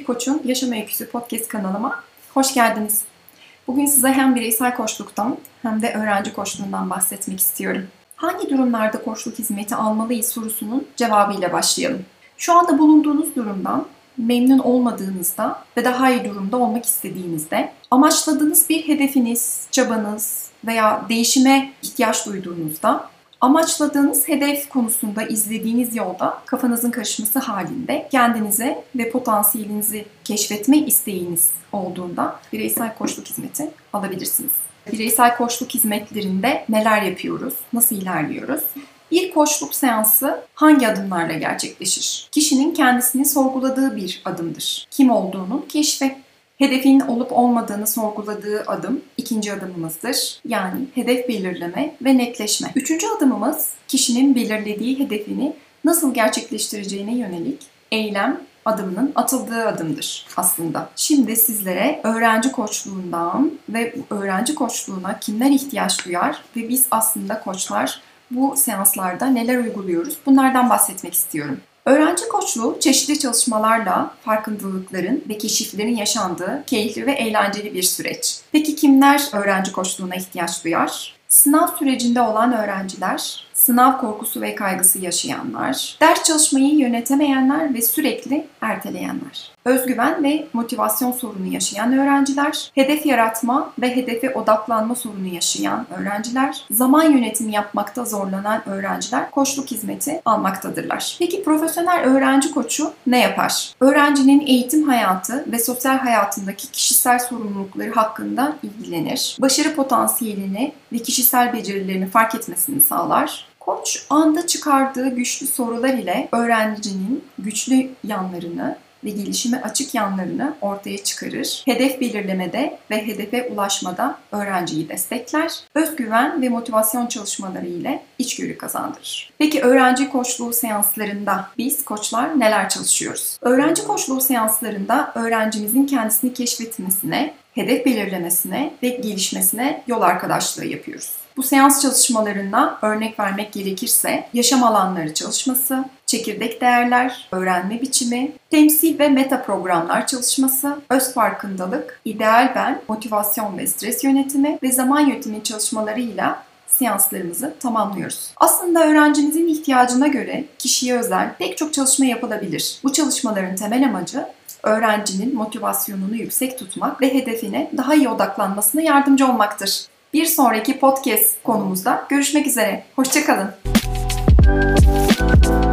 Bir Koç'un Yaşam Öyküsü podcast kanalıma hoş geldiniz. Bugün size hem bireysel koçluktan hem de öğrenci koçluğundan bahsetmek istiyorum. Hangi durumlarda koçluk hizmeti almalıyız sorusunun cevabıyla başlayalım. Şu anda bulunduğunuz durumdan memnun olmadığınızda ve daha iyi durumda olmak istediğinizde, amaçladığınız bir hedefiniz, çabanız veya değişime ihtiyaç duyduğunuzda, amaçladığınız hedef konusunda izlediğiniz yolda kafanızın karışması halinde kendinize ve potansiyelinizi keşfetme isteğiniz olduğunda bireysel koçluk hizmeti alabilirsiniz. Bireysel koçluk hizmetlerinde neler yapıyoruz, nasıl ilerliyoruz? Bir koçluk seansı hangi adımlarla gerçekleşir? Kişinin kendisini sorguladığı bir adımdır. Kim olduğunun keşfi. Hedefin olup olmadığını sorguladığı adım ikinci adımımızdır. Yani hedef belirleme ve netleşme. Üçüncü adımımız kişinin belirlediği hedefini nasıl gerçekleştireceğine yönelik eylem adımının atıldığı adımdır aslında. Şimdi sizlere öğrenci koçluğundan ve öğrenci koçluğuna kimler ihtiyaç duyar ve biz aslında koçlar bu seanslarda neler uyguluyoruz? Bunlardan bahsetmek istiyorum. Öğrenci koçluğu çeşitli çalışmalarla farkındalıkların ve keşiflerin yaşandığı keyifli ve eğlenceli bir süreç. Peki kimler öğrenci koçluğuna ihtiyaç duyar? Sınav sürecinde olan öğrenciler, sınav korkusu ve kaygısı yaşayanlar, ders çalışmayı yönetemeyenler ve sürekli erteleyenler. Özgüven ve motivasyon sorunu yaşayan öğrenciler, hedef yaratma ve hedefe odaklanma sorunu yaşayan öğrenciler, zaman yönetimi yapmakta zorlanan öğrenciler koçluk hizmeti almaktadırlar. Peki profesyonel öğrenci koçu ne yapar? Öğrencinin eğitim hayatı ve sosyal hayatındaki kişisel sorumlulukları hakkında ilgilenir, başarı potansiyelini ve kişisel becerilerini fark etmesini sağlar. Koç anda çıkardığı güçlü sorular ile öğrencinin güçlü yanlarını ve gelişime açık yanlarını ortaya çıkarır. Hedef belirlemede ve hedefe ulaşmada öğrenciyi destekler. Özgüven ve motivasyon çalışmaları ile içgörü kazandırır. Peki öğrenci koçluğu seanslarında biz koçlar neler çalışıyoruz? Öğrenci koçluğu seanslarında öğrencimizin kendisini keşfetmesine, hedef belirlemesine ve gelişmesine yol arkadaşlığı yapıyoruz. Bu seans çalışmalarına örnek vermek gerekirse yaşam alanları çalışması, çekirdek değerler, öğrenme biçimi, temsil ve meta programlar çalışması, öz farkındalık, ideal ben, motivasyon ve stres yönetimi ve zaman yönetimi çalışmalarıyla seanslarımızı tamamlıyoruz. Aslında öğrencimizin ihtiyacına göre kişiye özel pek çok çalışma yapılabilir. Bu çalışmaların temel amacı öğrencinin motivasyonunu yüksek tutmak ve hedefine daha iyi odaklanmasına yardımcı olmaktır. Bir sonraki podcast konumuzda görüşmek üzere. Hoşça kalın.